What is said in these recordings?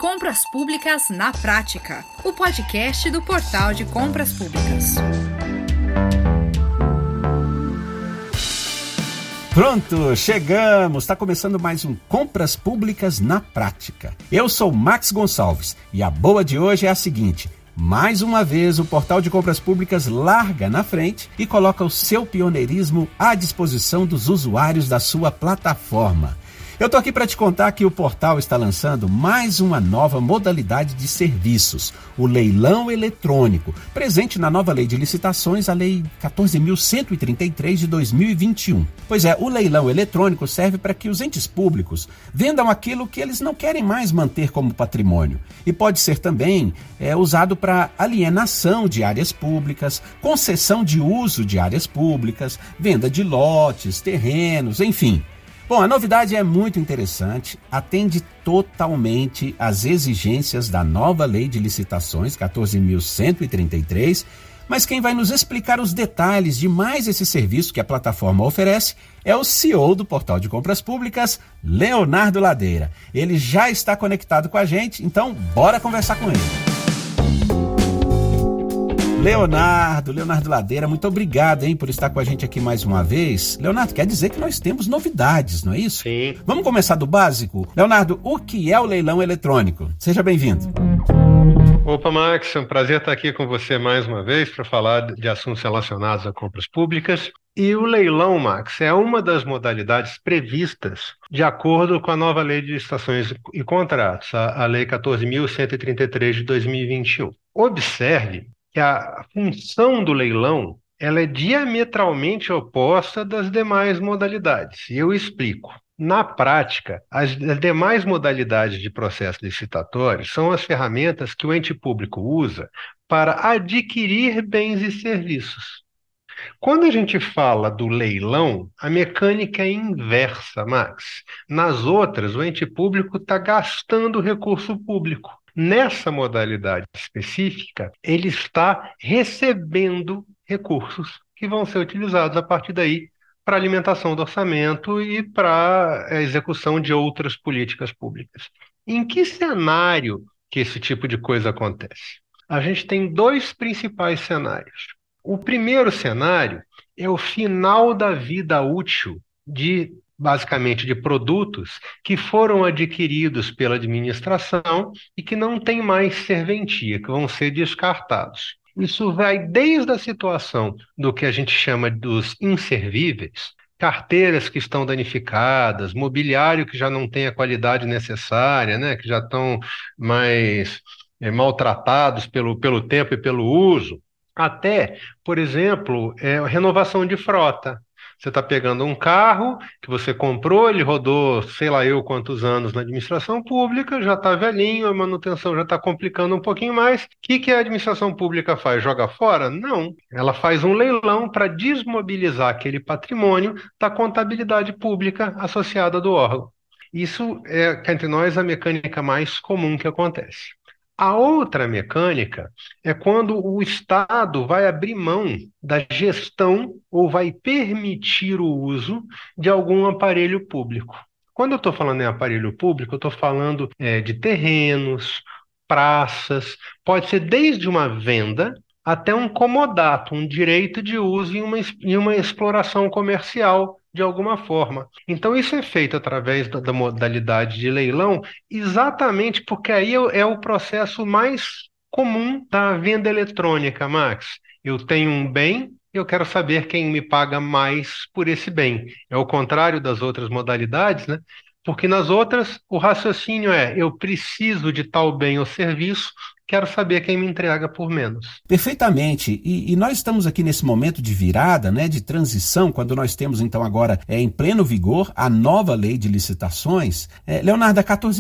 Compras Públicas na Prática, o podcast do Portal de Compras Públicas. Pronto, chegamos! Está começando mais um Compras Públicas na Prática. Eu sou Max Gonçalves e a boa de hoje é a seguinte: mais uma vez o Portal de Compras Públicas larga na frente e coloca o seu pioneirismo à disposição dos usuários da sua plataforma. Eu estou aqui para te contar que o portal está lançando mais uma nova modalidade de serviços, o leilão eletrônico, presente na nova Lei de Licitações, a Lei 14.133 de 2021. Pois é, o leilão eletrônico serve para que os entes públicos vendam aquilo que eles não querem mais manter como patrimônio. E pode ser também usado para alienação de áreas públicas, concessão de uso de áreas públicas, venda de lotes, terrenos, enfim. Bom, a novidade é muito interessante, atende totalmente às exigências da nova Lei de Licitações, 14.133, mas quem vai nos explicar os detalhes de mais esse serviço que a plataforma oferece é o CEO do Portal de Compras Públicas, Leonardo Ladeira. Ele já está conectado com a gente, então bora conversar com ele. Leonardo Ladeira, muito obrigado, por estar com a gente aqui mais uma vez. Leonardo, quer dizer que nós temos novidades, não é isso? Sim. Vamos começar do básico? Leonardo, o que é o leilão eletrônico? Seja bem-vindo. Opa, Max, é um prazer estar aqui com você mais uma vez para falar de assuntos relacionados a compras públicas. E o leilão, Max, é uma das modalidades previstas de acordo com a nova Lei de Licitações e Contratos, a Lei 14.133 de 2021. Observe que a função do leilão ela é diametralmente oposta das demais modalidades. E eu explico. Na prática, as demais modalidades de processo licitatório são as ferramentas que o ente público usa para adquirir bens e serviços. Quando a gente fala do leilão, a mecânica é inversa, Max. Nas outras, o ente público está gastando recurso público. Nessa modalidade específica, ele está recebendo recursos que vão ser utilizados a partir daí para alimentação do orçamento e para a execução de outras políticas públicas. Em que cenário que esse tipo de coisa acontece? A gente tem dois principais cenários. O primeiro cenário é o final da vida útil basicamente de produtos que foram adquiridos pela administração e que não têm mais serventia, que vão ser descartados. Isso vai desde a situação do que a gente chama dos inservíveis, carteiras que estão danificadas, mobiliário que já não tem a qualidade necessária, né, que já estão mais maltratados pelo tempo e pelo uso, até, por exemplo, renovação de frota. Você está pegando um carro que você comprou, ele rodou sei lá eu quantos anos na administração pública, já está velhinho, a manutenção já está complicando um pouquinho mais. O que a administração pública faz? Joga fora? Não. Ela faz um leilão para desmobilizar aquele patrimônio da contabilidade pública associada do órgão. Isso é, entre nós, a mecânica mais comum que acontece. A outra mecânica é quando o Estado vai abrir mão da gestão ou vai permitir o uso de algum aparelho público. Quando eu estou falando em aparelho público, eu estou falando de terrenos, praças, pode ser desde uma venda até um comodato, um direito de uso em uma exploração comercial de alguma forma. Então isso é feito através da modalidade de leilão, exatamente porque aí é o processo mais comum da venda eletrônica, Max. Eu tenho um bem, eu quero saber quem me paga mais por esse bem. É o contrário das outras modalidades, né? Porque nas outras o raciocínio eu preciso de tal bem ou serviço, quero saber quem me entrega por menos. Perfeitamente. E nós estamos aqui nesse momento de virada, de transição, quando nós temos então agora em pleno vigor a nova Lei de Licitações. Leonardo, a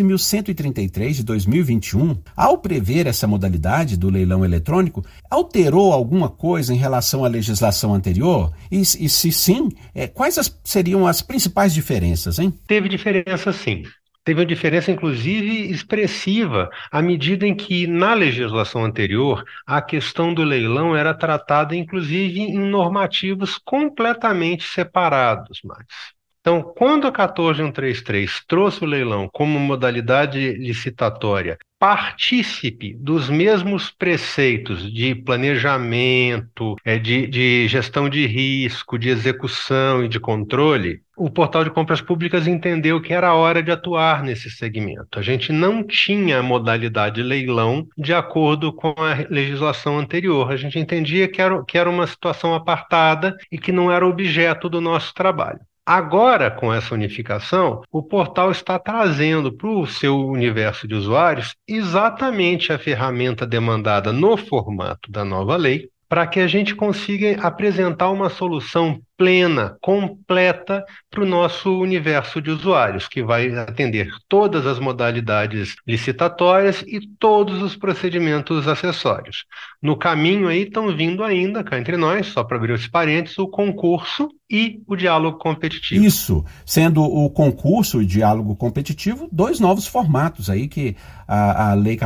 14.133 de 2021, ao prever essa modalidade do leilão eletrônico, alterou alguma coisa em relação à legislação anterior? E se sim, quais seriam as principais diferenças, hein? Teve diferença sim. Teve uma diferença, inclusive, expressiva, à medida em que, na legislação anterior, a questão do leilão era tratada, inclusive, em normativos completamente separados, Max. Então, quando a 14133 trouxe o leilão como modalidade licitatória partícipe dos mesmos preceitos de planejamento, de gestão de risco, de execução e de controle, o Portal de Compras Públicas entendeu que era hora de atuar nesse segmento. A gente não tinha a modalidade leilão de acordo com a legislação anterior. A gente entendia que era uma situação apartada e que não era objeto do nosso trabalho. Agora, com essa unificação, o portal está trazendo para o seu universo de usuários exatamente a ferramenta demandada no formato da nova lei, para que a gente consiga apresentar uma solução plena, completa para o nosso universo de usuários, que vai atender todas as modalidades licitatórias e todos os procedimentos acessórios. No caminho aí estão vindo ainda, cá entre nós, só para abrir os parênteses, o concurso e o diálogo competitivo. Isso, sendo o concurso e o diálogo competitivo, dois novos formatos aí que a Lei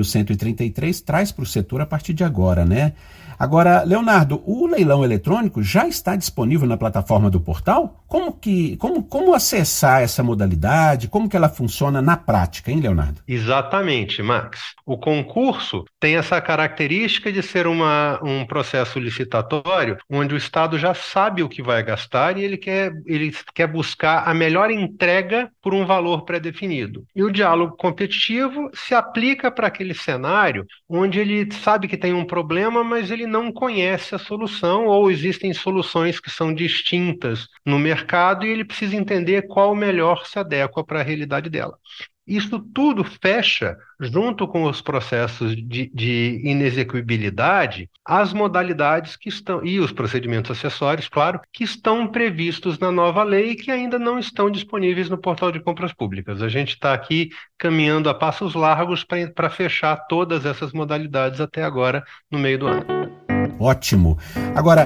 14.133 traz para o setor a partir de agora, né? Agora, Leonardo, o leilão eletrônico já está disponível na plataforma do portal? Como acessar essa modalidade? Como que ela funciona na prática, hein, Leonardo? Exatamente, Max. O concurso tem essa característica de ser um processo licitatório onde o Estado já sabe o que vai gastar e ele quer buscar a melhor entrega por um valor pré-definido. E o diálogo competitivo se aplica para aquele cenário onde ele sabe que tem um problema, mas ele não conhece a solução ou existem soluções que são distintas no mercado e ele precisa entender qual melhor se adequa para a realidade dela. Isso tudo fecha, junto com os processos de inexequibilidade, as modalidades que estão, e os procedimentos acessórios, claro, que estão previstos na nova lei e que ainda não estão disponíveis no Portal de Compras Públicas. A gente está aqui caminhando a passos largos para fechar todas essas modalidades até agora, no meio do ano. Ótimo. Agora,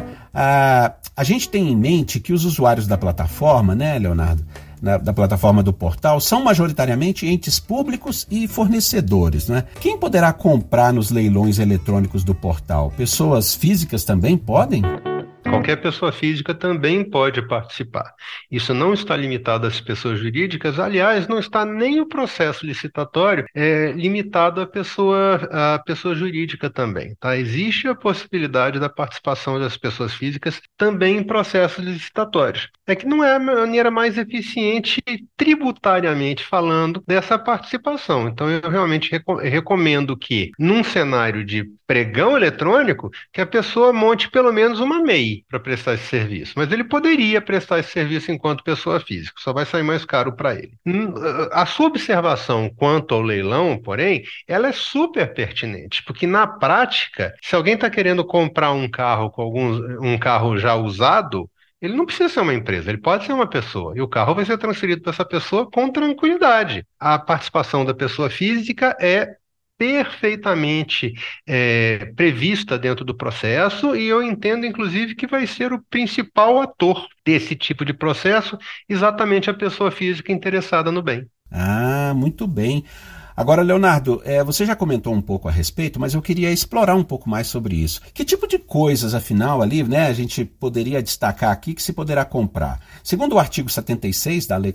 a gente tem em mente que os usuários da plataforma, né, Leonardo, da plataforma do portal, são majoritariamente entes públicos e fornecedores, né? Quem poderá comprar nos leilões eletrônicos do portal? Pessoas físicas também podem? Qualquer pessoa física também pode participar. Isso não está limitado às pessoas jurídicas, aliás, não está nem o processo licitatório limitado à pessoa jurídica também. Tá? Existe a possibilidade da participação das pessoas físicas também em processos licitatórios. É que não é a maneira mais eficiente tributariamente falando dessa participação. Então, eu realmente recomendo que, num cenário de pregão eletrônico, que a pessoa monte pelo menos uma MEI para prestar esse serviço. Mas ele poderia prestar esse serviço enquanto pessoa física, só vai sair mais caro para ele. A sua observação quanto ao leilão, porém, ela é super pertinente, porque na prática, se alguém está querendo comprar um carro um carro já usado, ele não precisa ser uma empresa, ele pode ser uma pessoa, e o carro vai ser transferido para essa pessoa com tranquilidade. A participação da pessoa física é perfeitamente prevista dentro do processo e eu entendo, inclusive, que vai ser o principal ator desse tipo de processo, exatamente a pessoa física interessada no bem. Ah, muito bem. Agora, Leonardo, você já comentou um pouco a respeito, mas eu queria explorar um pouco mais sobre isso. Que tipo de coisas, afinal, ali, né, a gente poderia destacar aqui que se poderá comprar? Segundo o artigo 76 da Lei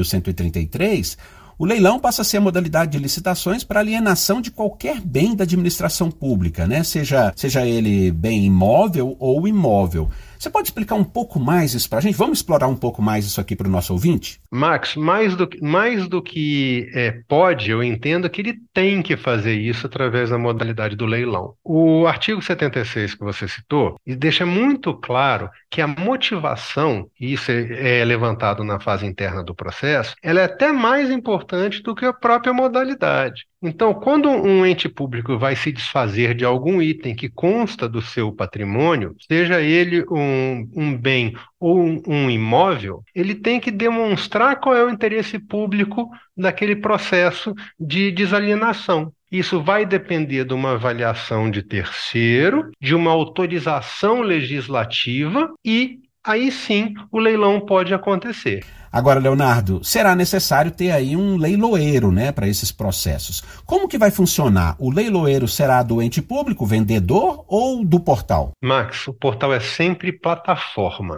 14.133, o leilão passa a ser a modalidade de licitações para alienação de qualquer bem da administração pública, né? Seja ele bem imóvel ou imóvel. Você pode explicar um pouco mais isso para a gente? Vamos explorar um pouco mais isso aqui para o nosso ouvinte? Max, mais do que pode, eu entendo que ele tem que fazer isso através da modalidade do leilão. O artigo 76 que você citou deixa muito claro que a motivação, e isso é levantado na fase interna do processo, ela é até mais importante do que a própria modalidade. Então, quando um ente público vai se desfazer de algum item que consta do seu patrimônio, seja ele um bem ou um imóvel, ele tem que demonstrar qual é o interesse público daquele processo de desalienação. Isso vai depender de uma avaliação de terceiro, de uma autorização legislativa e, aí sim, o leilão pode acontecer. Agora, Leonardo, será necessário ter aí um leiloeiro, né, para esses processos. Como que vai funcionar? O leiloeiro será do ente público, vendedor ou do portal? Max, o portal é sempre plataforma.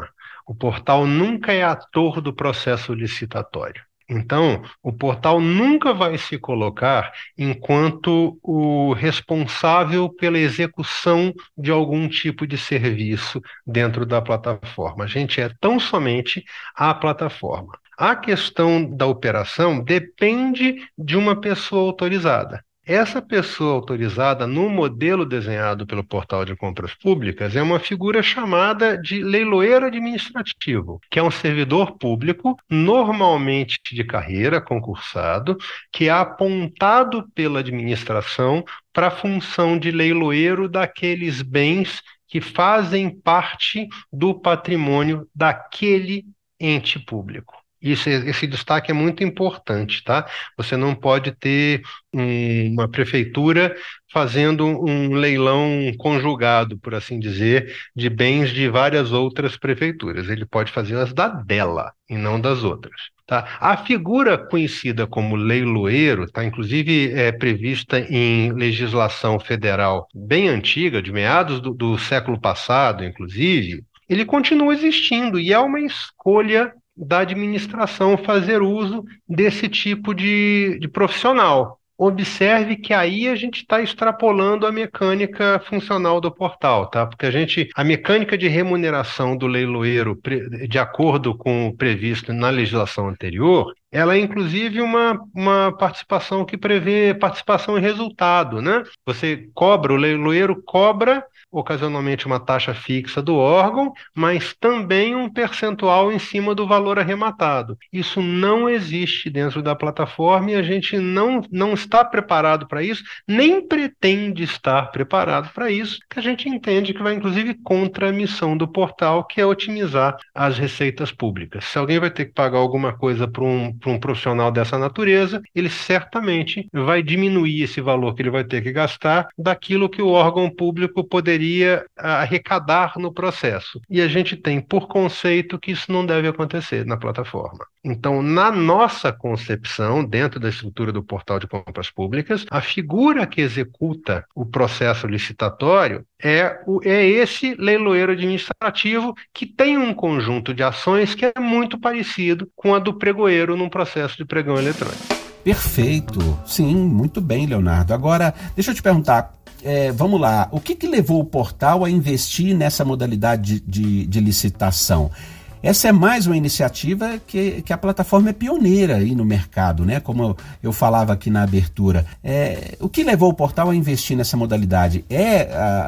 O portal nunca é ator do processo licitatório. Então, o portal nunca vai se colocar enquanto o responsável pela execução de algum tipo de serviço dentro da plataforma. A gente é tão somente a plataforma. A questão da operação depende de uma pessoa autorizada. Essa pessoa autorizada no modelo desenhado pelo Portal de Compras Públicas é uma figura chamada de leiloeiro administrativo, que é um servidor público, normalmente de carreira, concursado, que é apontado pela administração para a função de leiloeiro daqueles bens que fazem parte do patrimônio daquele ente público. Esse destaque é muito importante, tá? Você não pode ter uma prefeitura fazendo um leilão conjugado, por assim dizer, de bens de várias outras prefeituras. Ele pode fazer as da dela e não das outras. Tá? A figura conhecida como leiloeiro está, inclusive, prevista em legislação federal bem antiga, de meados do século passado, inclusive. Ele continua existindo e é uma escolha da administração fazer uso desse tipo de profissional. Observe que aí a gente está extrapolando a mecânica funcional do portal, tá? Porque a mecânica de remuneração do leiloeiro, de acordo com o previsto na legislação anterior, ela é inclusive uma participação que prevê participação em resultado, né? O leiloeiro cobra ocasionalmente uma taxa fixa do órgão, mas também um percentual em cima do valor arrematado. Isso não existe dentro da plataforma e a gente não está preparado para isso, nem pretende estar preparado para isso, que a gente entende que vai inclusive contra a missão do portal, que é otimizar as receitas públicas. Se alguém vai ter que pagar alguma coisa para um profissional dessa natureza, ele certamente vai diminuir esse valor que ele vai ter que gastar daquilo que o órgão público poderia arrecadar no processo. E a gente tem por conceito que isso não deve acontecer na plataforma. Então, na nossa concepção, dentro da estrutura do Portal de Compras Públicas, a figura que executa o processo licitatório é esse leiloeiro administrativo que tem um conjunto de ações que é muito parecido com a do pregoeiro num processo de pregão eletrônico. Perfeito. Sim, muito bem, Leonardo. Agora, deixa eu te perguntar, vamos lá, o que levou o portal a investir nessa modalidade de licitação? Essa é mais uma iniciativa que a plataforma é pioneira aí no mercado, né? Como eu falava aqui na abertura. O que levou o portal a investir nessa modalidade? É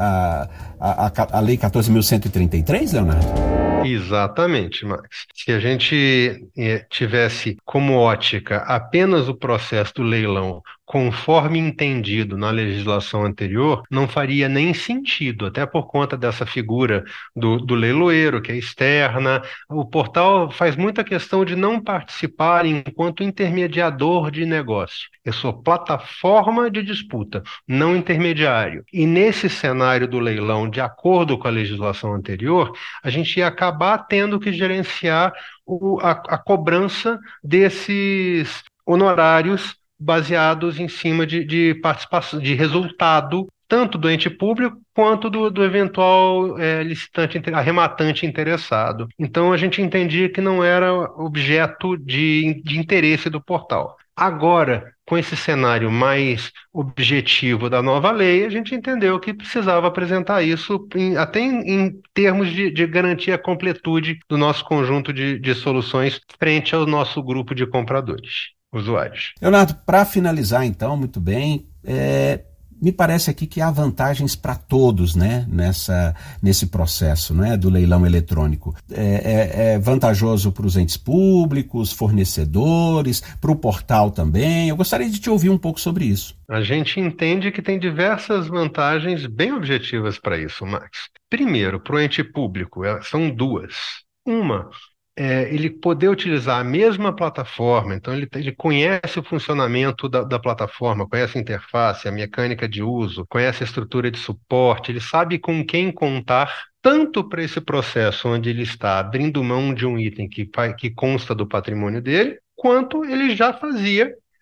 a Lei 14.133, Leonardo? Exatamente, Max. Se a gente tivesse como ótica apenas o processo do leilão conforme entendido na legislação anterior, não faria nem sentido, até por conta dessa figura do leiloeiro, que é externa. O portal faz muita questão de não participar enquanto intermediador de negócio. Eu sou plataforma de disputa, não intermediário. E nesse cenário do leilão, de acordo com a legislação anterior, a gente ia acabar tendo que gerenciar a cobrança desses honorários baseados em cima de participação, de resultado, tanto do ente público quanto do eventual licitante, arrematante interessado. Então a gente entendia que não era objeto de interesse do portal. Agora, com esse cenário mais objetivo da nova lei, a gente entendeu que precisava apresentar isso até em termos de garantir a completude do nosso conjunto de soluções frente ao nosso grupo de compradores, usuários. Leonardo, para finalizar então, muito bem, me parece aqui que há vantagens para todos, né, nesse processo, né, do leilão eletrônico. É vantajoso para os entes públicos, fornecedores, para o portal também. Eu gostaria de te ouvir um pouco sobre isso. A gente entende que tem diversas vantagens bem objetivas para isso, Max. Primeiro, para o ente público, são duas. Uma, ele poder utilizar a mesma plataforma, então ele conhece o funcionamento da plataforma, conhece a interface, a mecânica de uso, conhece a estrutura de suporte, ele sabe com quem contar, tanto para esse processo onde ele está abrindo mão de um item que consta do patrimônio dele, quanto ele já fazia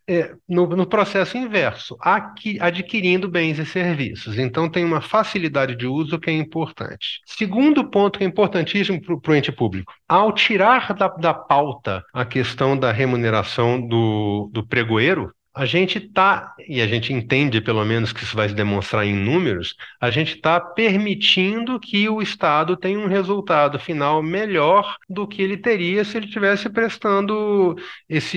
no processo inverso, adquirindo bens e serviços. Então, tem uma facilidade de uso que é importante. Segundo ponto que é importantíssimo para o ente público, ao tirar da pauta a questão da remuneração do pregoeiro, a gente e a gente entende pelo menos que isso vai se demonstrar em números, a gente está permitindo que o Estado tenha um resultado final melhor do que ele teria se ele estivesse prestando se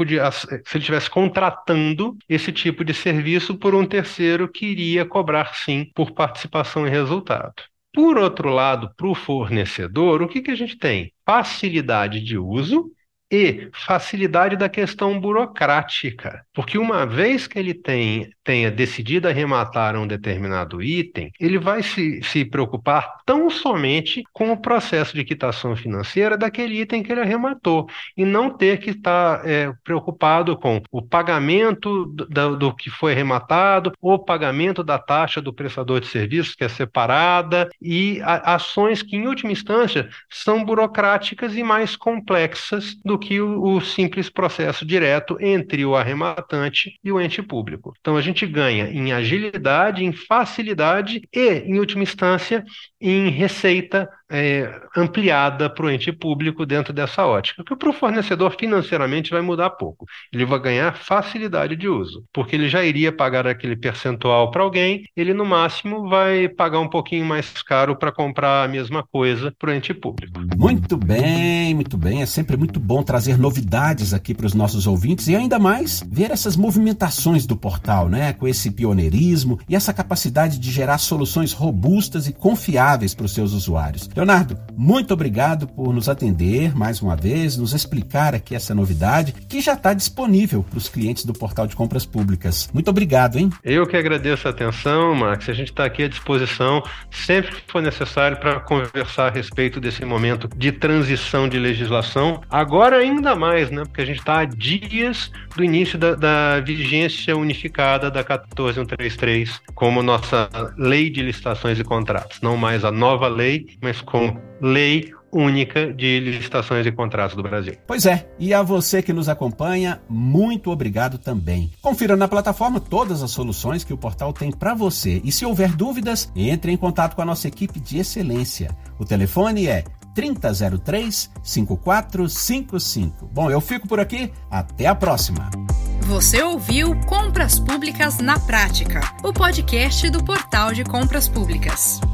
ele estivesse contratando esse tipo de serviço por um terceiro que iria cobrar sim por participação em resultado. Por outro lado, para o fornecedor, o que a gente tem? Facilidade de uso e facilidade da questão burocrática, porque uma vez que ele tenha decidido arrematar um determinado item, ele vai se preocupar tão somente com o processo de quitação financeira daquele item que ele arrematou, e não ter que estar preocupado com o pagamento do que foi arrematado, ou o pagamento da taxa do prestador de serviços, que é separada, e ações que, em última instância, são burocráticas e mais complexas do que o simples processo direto entre o arrematante e o ente público. Então, a gente ganha em agilidade, em facilidade e, em última instância, em receita ampliada para o ente público dentro dessa ótica. Porque para o fornecedor, financeiramente, vai mudar pouco. Ele vai ganhar facilidade de uso, porque ele já iria pagar aquele percentual para alguém, ele, no máximo, vai pagar um pouquinho mais caro para comprar a mesma coisa para o ente público. Muito bem, muito bem. É sempre muito bom trazer novidades aqui para os nossos ouvintes e ainda mais ver essas movimentações do portal, né? Com esse pioneirismo e essa capacidade de gerar soluções robustas e confiáveis para os seus usuários. Leonardo, muito obrigado por nos atender mais uma vez, nos explicar aqui essa novidade que já está disponível para os clientes do Portal de Compras Públicas. Muito obrigado, hein? Eu que agradeço a atenção, Max. A gente está aqui à disposição sempre que for necessário para conversar a respeito desse momento de transição de legislação. Agora ainda mais, né? Porque a gente está a dias do início da vigência unificada da 14133 como nossa lei de licitações e contratos. Não mais a nova lei, mas como lei única de licitações e contratos do Brasil. Pois é, e a você que nos acompanha, muito obrigado também. Confira na plataforma todas as soluções que o portal tem para você. E se houver dúvidas, entre em contato com a nossa equipe de excelência. O telefone é 3003-5455. Bom, eu fico por aqui. Até a próxima. Você ouviu Compras Públicas na Prática, o podcast do Portal de Compras Públicas.